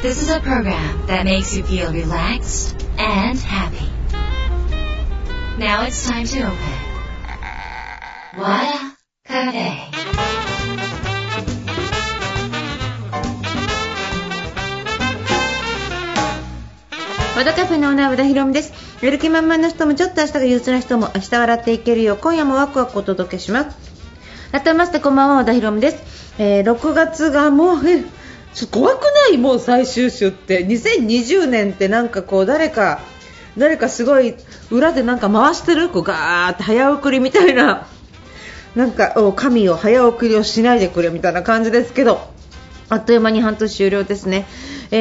This is a program that makes you feel relaxed and happy. Now it's time to open Wada Cafe. 和田カフェのオーナー和田博美です。やる気満々な人もちょっと明日が憂鬱な人も明日笑っていけるよう今夜もワクワクお届けします。改めましてこんばんは、和田博美です。6月がもう怖くない？もう最終週って2020年ってなんかこう誰かすごい裏でなんか回してるこうガーって早送りみたいななんか神を早送りをしないでくれみたいな感じですけど、あっという間に半年終了ですね。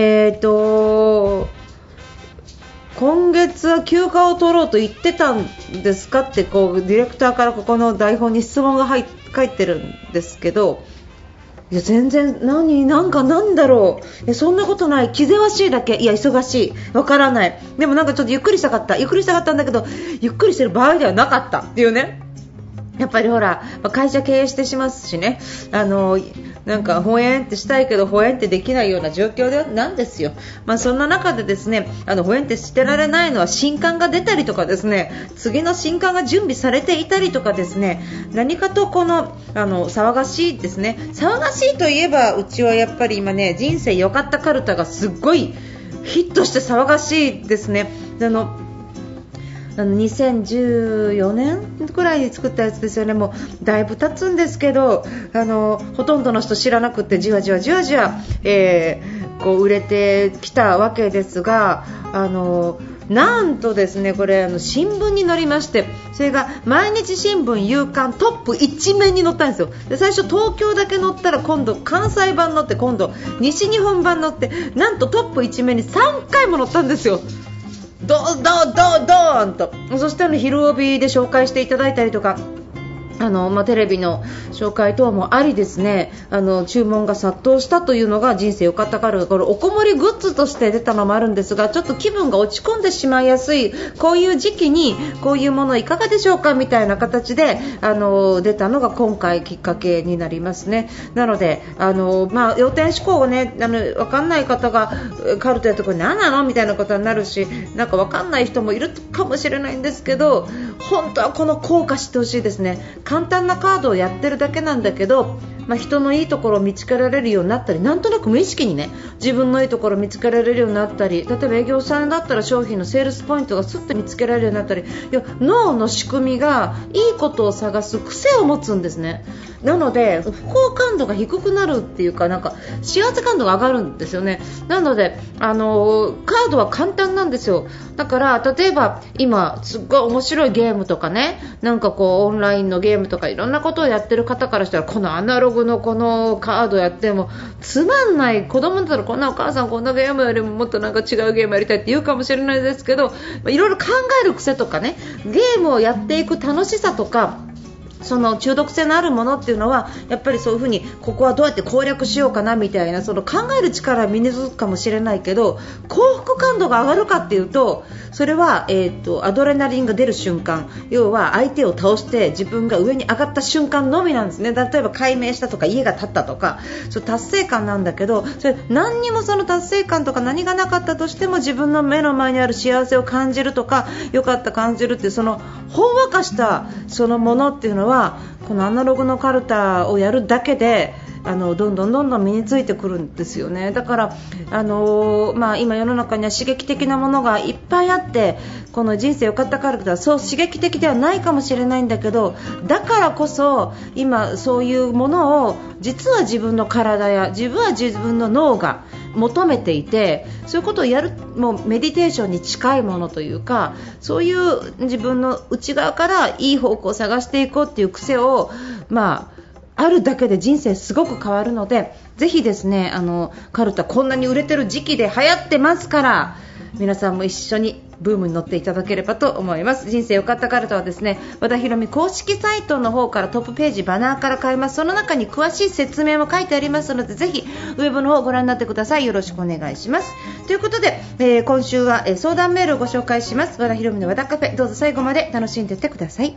今月は休暇を取ろうと言ってたんですかってこうディレクターからここの台本に質問が書いてるんですけど、いや全然なんだろう、そんなことない、気ぜわしいだけ、いや忙しい、わからない、でもなんかちょっとゆっくりしたかったんだけどゆっくりしてる場合ではなかったっていうね。やっぱりほら会社経営してしますしね、なんかほえんってしたいけどほえんってできないような状況なんですよ。そんな中でですね、ほえんってしてられないのは新刊が出たりとかですね、次の新刊が準備されていたりとかですね、何かとこの騒がしいですね。騒がしいといえばうちはやっぱり今ね、人生よかったカルタがすっごいヒットして騒がしいですね。2014年くらいに作ったやつですよね。もうだいぶ経つんですけど、ほとんどの人知らなくてじわじわ、こう売れてきたわけですが、なんとですね、これ新聞に載りまして、それが毎日新聞夕刊トップ1面に載ったんですよ。で最初東京だけ載ったら今度関西版載って今度西日本版載って、なんとトップ1面に3回も載ったんですよ。ドーンと。そして昼帯で紹介していただいたりとか、テレビの紹介等もありですね、注文が殺到したというのが人生よかったカルタ。これおこもりグッズとして出たのもあるんですが、ちょっと気分が落ち込んでしまいやすいこういう時期にこういうものいかがでしょうかみたいな形で出たのが今回きっかけになりますね。なので要点思考をね、分かんない方がカルタやとこれ何なのみたいなことになるし、なんか分かんない人もいるかもしれないんですけど、本当はこの効果知ってほしいですね。簡単なカードをやってるだけなんだけど、人のいいところを見つけられるようになったり、なんとなく無意識にね自分のいいところを見つけられるようになったり、例えば営業さんだったら商品のセールスポイントがスッと見つけられるようになったり、脳の仕組みがいいことを探す癖を持つんですね。なので不幸感度が低くなるっていうか、なんか幸せ感度が上がるんですよね。なのでカードは簡単なんですよ。だから例えば今すっごい面白いゲームとかね、なんかこうオンラインのゲームとかいろんなことをやってる方からしたら、このアナログのこのカードやってもつまんない、子供だったらこんなお母さんこんなゲームよりももっとなんか違うゲームやりたいって言うかもしれないですけど、いろいろ考える癖とかね、ゲームをやっていく楽しさとか、その中毒性のあるものっていうのはやっぱりそういう風にここはどうやって攻略しようかなみたいな、その考える力は身につくかもしれないけど、幸福感度が上がるかっていうと、それは、アドレナリンが出る瞬間、要は相手を倒して自分が上に上がった瞬間のみなんですね。例えば解明したとか家が建ったとか、それ達成感なんだけど、それ何にもその達成感とか何がなかったとしても自分の目の前にある幸せを感じるとか良かった感じるっていう、そのほんわかしたそのものっていうのはこのアナログのカルタをやるだけでどんどん身についてくるんですよね。だから今世の中には刺激的なものがいっぱいあって、この人生よかったカルタはそう刺激的ではないかもしれないんだけど、だからこそ今そういうものを実は自分の体や自分の脳が求めていて、そういうことをやる、もうメディテーションに近いものというか、そういう自分の内側からいい方向を探していこうっていう癖をあるだけで人生すごく変わるので、ぜひですねカルタこんなに売れてる時期で流行ってますから、皆さんも一緒にブームに乗っていただければと思います。人生よかったカルタはですね、和田博美公式サイトの方からトップページバナーから買えます。その中に詳しい説明も書いてありますので、ぜひウェブの方をご覧になってください。よろしくお願いします。ということで、今週は、相談メールをご紹介します。和田博美の和田カフェ、どうぞ最後まで楽しんでいってください。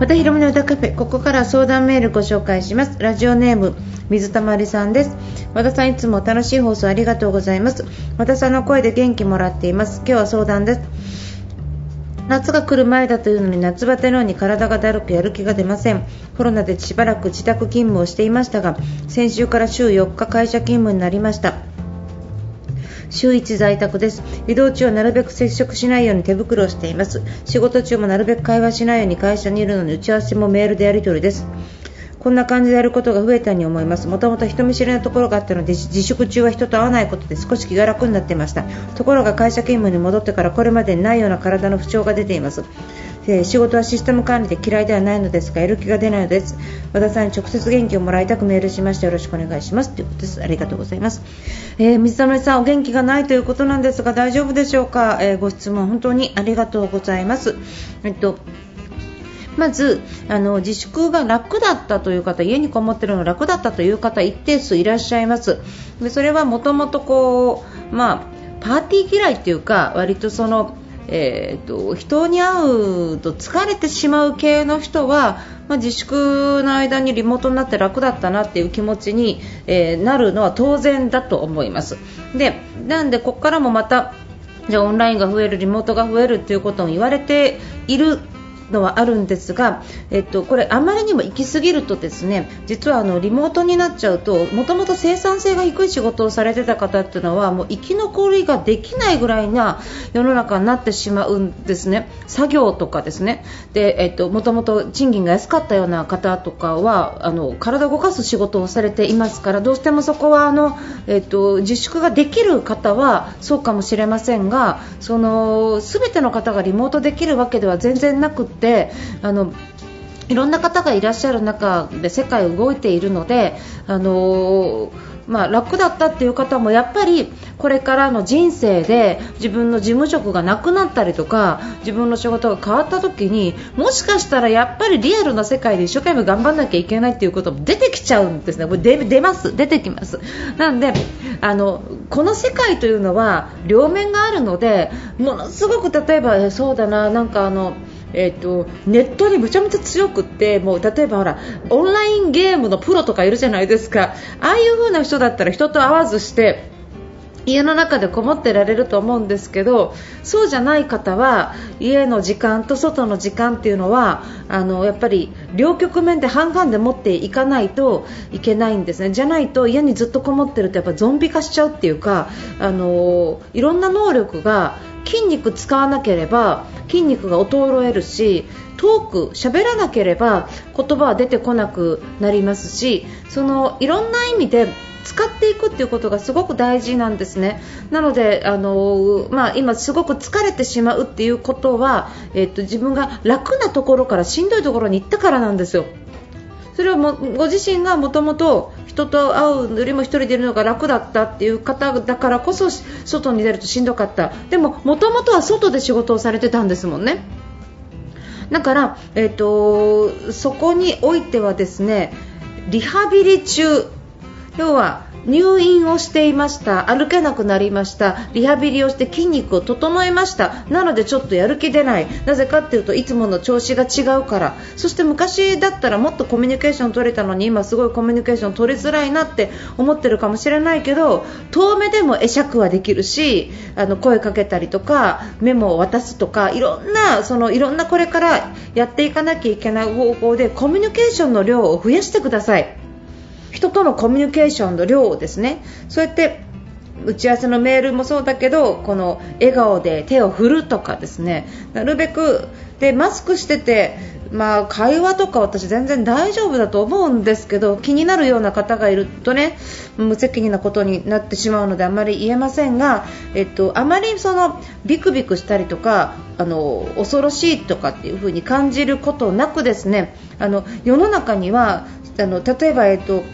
和田ひろみの歌カフェ、ここから相談メールご紹介します。ラジオネーム水たまりさんです。和田さん、いつも楽しい放送ありがとうございます。和田さんの声で元気もらっています。今日は相談です。夏が来る前だというのに夏バテのように体がだるくやる気が出ません。コロナでしばらく自宅勤務をしていましたが、先週から週4日会社勤務になりました。週1在宅です。移動中はなるべく接触しないように手袋をしています。仕事中もなるべく会話しないように会社にいるのに打ち合わせもメールでやり取りです。こんな感じでやることが増えたように思います。もともと人見知りなところがあったので、自粛中は人と会わないことで少し気が楽になっていました。ところが会社勤務に戻ってからこれまでにないような体の不調が出ています。仕事はシステム管理で嫌いではないのですが、やる気が出ないのです。和田さんに直接元気をもらいたくメールしました。よろしくお願いしますということです。ありがとうございます。水溜さん、お元気がないということなんですが、大丈夫でしょうか。ご質問本当にありがとうございます。まず自粛が楽だったという方、家にこもっているのが楽だったという方、一定数いらっしゃいます。でそれはもともとパーティー嫌いというか、割と人に会うと疲れてしまう系の人は、自粛の間にリモートになって楽だったなっていう気持ちに、なるのは当然だと思います。なんでここからもまたじゃあオンラインが増える、リモートが増えるということも言われているのはあるんですが、これあまりにも行き過ぎるとですね、実はリモートになっちゃうと、もともと生産性が低い仕事をされてた方っていうのはもう生き残りができないぐらいな世の中になってしまうんですね。作業とかですね、でもともと賃金が安かったような方とかは体を動かす仕事をされていますから、どうしてもそこは自粛ができる方はそうかもしれませんが、全ての方がリモートできるわけでは全然なくて、いろんな方がいらっしゃる中で世界動いているので、楽だったっていう方もやっぱりこれからの人生で自分の事務職がなくなったりとか、自分の仕事が変わった時にもしかしたらやっぱりリアルな世界で一生懸命頑張らなきゃいけないっていうことも出てきちゃうんですね。これ出てきます。なんでこの世界というのは両面があるので、ものすごく例えばそうだな、ネットにむちゃむちゃ強くって、もう例えばオンラインゲームのプロとかいるじゃないですか。ああいう風な人だったら人と会わずして家の中でこもってられると思うんですけど、そうじゃない方は家の時間と外の時間っていうのはやっぱり両局面で半々で持っていかないといけないんですね。じゃないと家にずっとこもってるとやっぱゾンビ化しちゃうっていうか、いろんな能力が、筋肉使わなければ筋肉が衰えるし、トーク喋らなければ言葉は出てこなくなりますし、いろんな意味で使っていくっていうことがすごく大事なんですね。なので今すごく疲れてしまうっていうことは、自分が楽なところからしんどいところに行ったからなんですよ。それはご自身がもともと人と会うよりも一人でいるのが楽だったっていう方だからこそ外に出るとしんどかった。でももともとは外で仕事をされてたんですもんね。だから、そこにおいてはですね、リハビリ中、要は入院をしていました、歩けなくなりました、リハビリをして筋肉を整えました。なのでちょっとやる気出ない。なぜかっていうといつもの調子が違うから。そして昔だったらもっとコミュニケーション取れたのに、今すごいコミュニケーション取りづらいなって思ってるかもしれないけど、遠目でも会釈はできるし、声かけたりとかメモを渡すとか、いろんなこれからやっていかなきゃいけない方法でコミュニケーションの量を増やしてください。人とのコミュニケーションの量をですね、そうやって打ち合わせのメールもそうだけど、この笑顔で手を振るとかですね、なるべくでマスクしてて、会話とか私全然大丈夫だと思うんですけど、気になるような方がいるとね、無責任なことになってしまうのであまり言えませんが、あまりビクビクしたりとか恐ろしいとかっていう風に感じることなくですね、世の中には例えば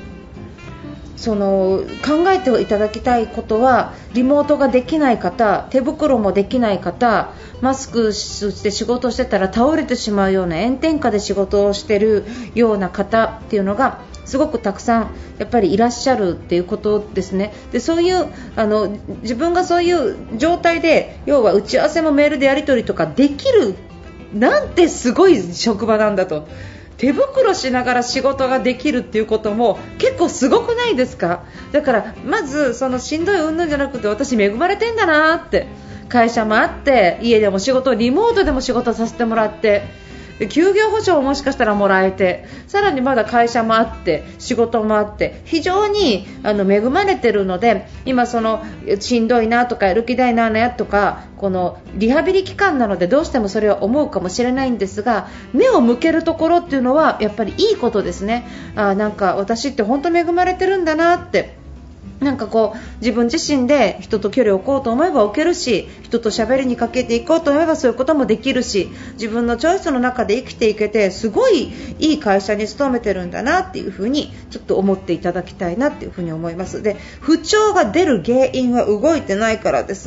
考えていただきたいことは、リモートができない方、手袋もできない方、マスクして仕事をしてたら倒れてしまうような炎天下で仕事をしているような方っていうのがすごくたくさんやっぱりいらっしゃるっていうことですね。でそういう自分がそういう状態で、要は打ち合わせもメールでやり取りとかできるなんてすごい職場なんだと。手袋しながら仕事ができるっていうことも結構すごくないですか。だからまずそのしんどい云々じゃなくて、私恵まれてんだなって、会社もあって家でも仕事、リモートでも仕事させてもらって、休業補償をもしかしたらもらえて、さらにまだ会社もあって仕事もあって、非常に恵まれてるので、今そのしんどいなとかやる気ないなとか、このリハビリ期間なのでどうしてもそれは思うかもしれないんですが、目を向けるところっていうのはやっぱりいいことですね。なんか私って本当恵まれてるんだなって、なんかこう自分自身で人と距離を置こうと思えば置けるし、人と喋りにかけていこうと思えばそういうこともできるし、自分のチョイスの中で生きていけて、すごいいい会社に勤めてるんだなっていうふうにちょっと思っていただきたいなっていうふうに思います。で、不調が出る原因は動いてないからです。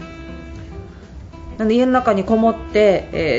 家の中にこもって、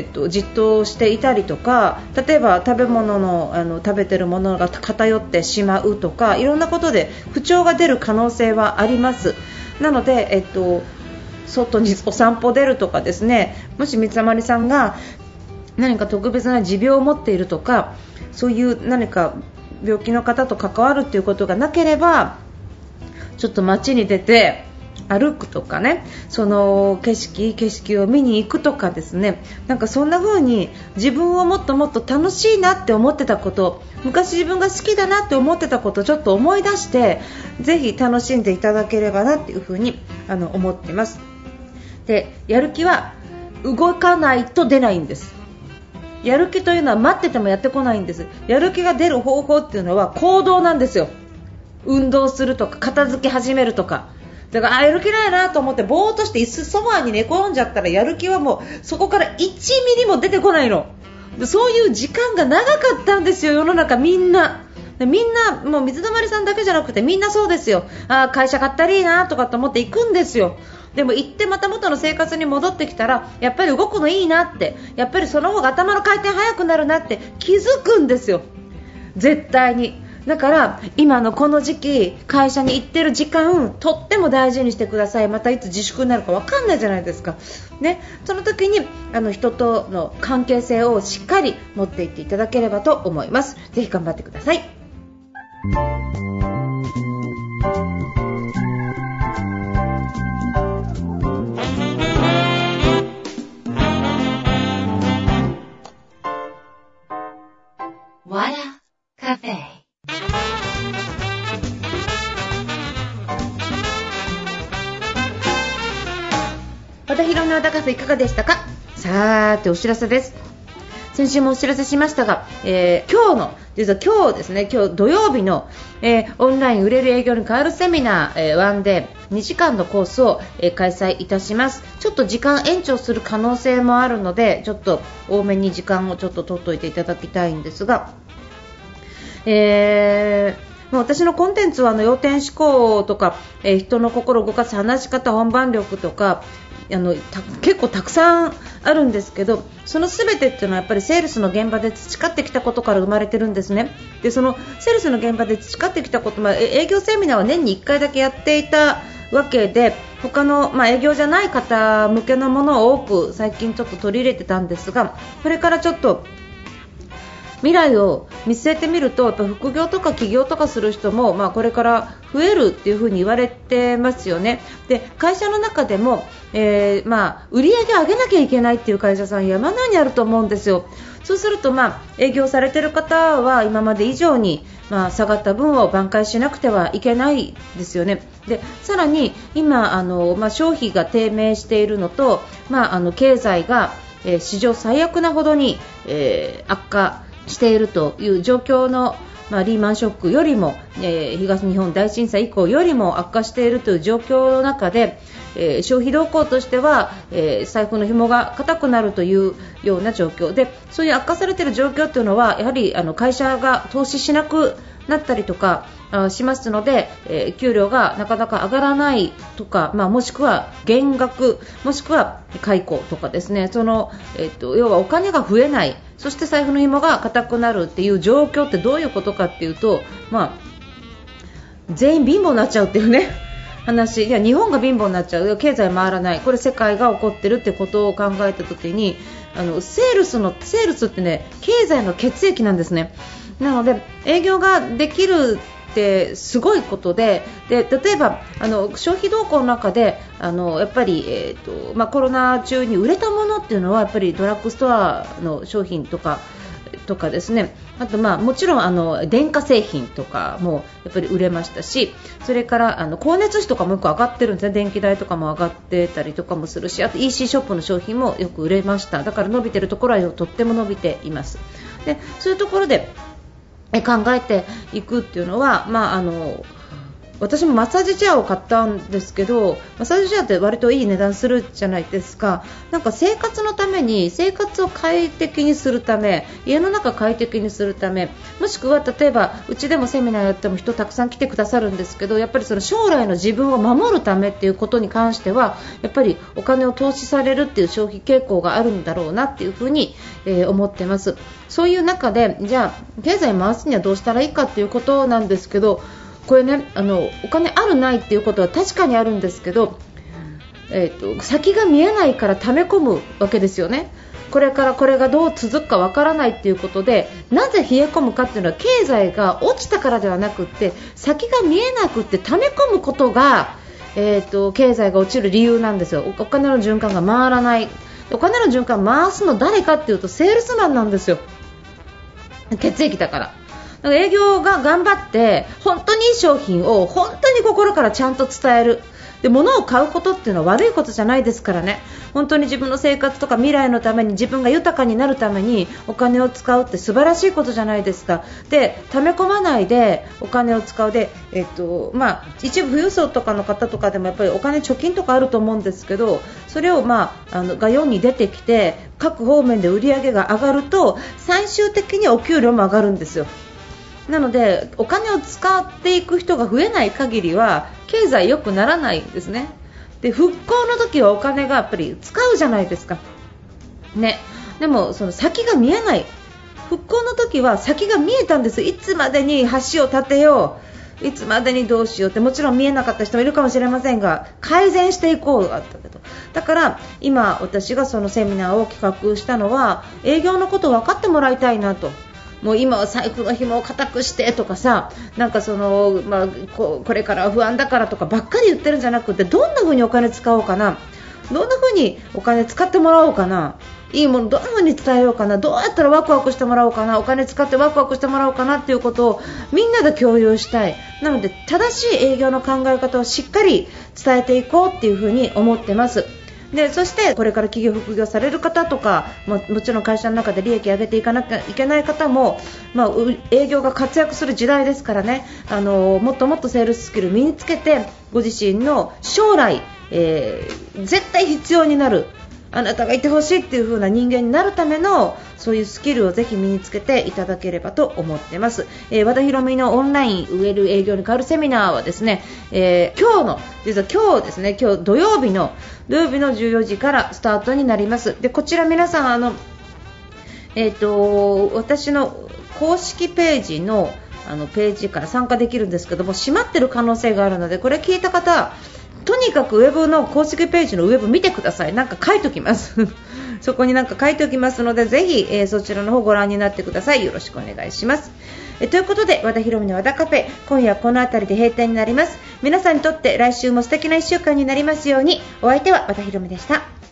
じっとしていたりとか、例えば食べ物の、食べてるものが偏ってしまうとか、いろんなことで不調が出る可能性はあります。なので、外にお散歩出るとかですね、もし三つまりさんが何か特別な持病を持っているとか、そういう何か病気の方と関わるということがなければ、ちょっと街に出て歩くとかね、その景色を見に行くとかですね、なんかそんな風に自分をもっともっと楽しいなって思ってたこと、昔自分が好きだなって思ってたことをちょっと思い出して、ぜひ楽しんでいただければなっていう風に思っています。で、やる気は動かないと出ないんです。やる気というのは待っててもやってこないんです。やる気が出る方法っていうのは行動なんですよ。運動するとか片付け始めるとか。だからやる気ないなと思ってぼーっとして椅子ソファーに寝転んじゃったら、やる気はもうそこから1ミリも出てこないので、そういう時間が長かったんですよ、世の中みんな。もう水溜りさんだけじゃなくてみんなそうですよ。会社買ったらいいなとかと思って行くんですよ。でも行ってまた元の生活に戻ってきたら、やっぱり動くのいいなって、やっぱりその方が頭の回転早くなるなって気づくんですよ、絶対に。だから今のこの時期、会社に行ってる時間とっても大事にしてください。またいつ自粛になるか分かんないじゃないですか、ね、その時に人との関係性をしっかり持っていっていただければと思います。ぜひ頑張ってください。和田博美の和田カフェいかがでしたか。さーてお知らせです。先週もお知らせしましたが、実は今日ですね、今日土曜日の、オンライン売れる営業に変わるセミナー、ワンデー2時間のコースを、開催いたします。ちょっと時間延長する可能性もあるので、ちょっと多めに時間をちょっと取っておいていただきたいんですが、私のコンテンツは要点思考とか、人の心を動かす話し方、本番力とか結構たくさんあるんですけど、その全てっていうのはやっぱりセールスの現場で培ってきたことから生まれてるんですね。で、そのセールスの現場で培ってきたこと、営業セミナーは年に1回だけやっていたわけで、他の、営業じゃない方向けのものを多く最近ちょっと取り入れてたんですが、これからちょっと未来を見据えてみると、やっぱ副業とか起業とかする人も、これから増えるっていう風に言われてますよね。で、会社の中でも、売り上げを上げなきゃいけないっていう会社さん山のようにあると思うんですよ。そうすると、営業されている方は今まで以上に、下がった分を挽回しなくてはいけないですよね。で、さらに今消費が低迷しているのと、経済が、史上最悪なほどに、悪化しているという状況の、リーマンショックよりも、東日本大震災以降よりも悪化しているという状況の中で、消費動向としては、財布の紐が固くなるというような状況で、そういう悪化されている状況というのはやはり会社が投資しなくなったりとかしますので、給料がなかなか上がらないとか、もしくは減額、もしくは解雇とかですね、要はお金が増えない、そして財布の紐が固くなるっていう状況ってどういうことかっていうと、全員貧乏になっちゃうっていうね話。いや、日本が貧乏になっちゃう、経済回らない、これ世界が起こってるってことを考えたときに、 セールスってね、経済の血液なんですね。なので営業ができるってすごいことで、例えば消費動向の中でやっぱり、コロナ中に売れたものっていうのはやっぱりドラッグストアの商品とかですね、あともちろん電化製品とかもやっぱり売れましたし、それから光熱費とかもよく上がってるんですね。電気代とかも上がってたりとかもするし、あと EC ショップの商品もよく売れました。だから伸びてるところはとっても伸びています。でそういうところで考えていくっていうのは、私もマッサージチェアを買ったんですけど、マッサージチェアって割といい値段するじゃないですか。なんか生活のために、生活を快適にするため、家の中快適にするため、もしくは例えばうちでもセミナーやっても人たくさん来てくださるんですけど、やっぱりその将来の自分を守るためっていうことに関してはやっぱりお金を投資されるっていう消費傾向があるんだろうなっていうふうに、思ってます。そういう中でじゃあ経済回すにはどうしたらいいかっていうことなんですけど、これね、お金あるないっていうことは確かにあるんですけど、先が見えないから溜め込むわけですよね。これからこれがどう続くかわからないっていうことで、なぜ冷え込むかっていうのは経済が落ちたからではなくって、先が見えなくって溜め込むことが、経済が落ちる理由なんですよ。お金の循環が回らない。お金の循環回すの誰かっていうとセールスマンなんですよ。血液だから。営業が頑張って本当にいい商品を本当に心からちゃんと伝える。で、物を買うことっていうのは悪いことじゃないですからね。本当に自分の生活とか未来のために、自分が豊かになるためにお金を使うって素晴らしいことじゃないですか。で、溜め込まないでお金を使うで、一部富裕層とかの方とかでもやっぱりお金貯金とかあると思うんですけど、それをが世に出てきて各方面で売り上げが上がると最終的にお給料も上がるんですよ。なのでお金を使っていく人が増えない限りは経済良くならないんですね。で、復興の時はお金がやっぱり使うじゃないですかね。でもその先が見えない。復興の時は先が見えたんです。いつまでに橋を建てよう、いつまでにどうしようって、もちろん見えなかった人もいるかもしれませんが、改善していこうがあったけど、だから今私がそのセミナーを企画したのは、営業のことを分かってもらいたいなと。もう今は財布の紐を固くしてとかさ、なんかこれからは不安だからとかばっかり言ってるんじゃなくて、どんな風にお金使おうかな、どんな風にお金使ってもらおうかな、いいものどんな風に伝えようかな、どうやったらワクワクしてもらおうかな、お金使ってワクワクしてもらおうかなっていうことをみんなで共有したい。なので正しい営業の考え方をしっかり伝えていこうっていう風に思ってます。で、そしてこれから企業副業される方とか もちろん会社の中で利益を上げていかなきゃいけない方も、営業が活躍する時代ですからね、もっともっとセールススキル身につけて、ご自身の将来、絶対必要になる、あなたがいてほしいっていう風な人間になるためのそういうスキルをぜひ身につけていただければと思ってます。和田博美のオンライン売れる営業に変わるセミナーはですね、今日ですね、今日土曜日の14時からスタートになります。で、こちら皆さん私の公式ページのページから参加できるんですけども、閉まってる可能性があるので、これ聞いた方とにかくウェブの公式ページのウェブ見てください。なんか書いておきますそこになんか書いておきますので、ぜひ、そちらの方ご覧になってください。よろしくお願いします。ということで、和田博美の和田カフェ、今夜この辺りで閉店になります。皆さんにとって来週も素敵な1週間になりますように。お相手は和田博美でした。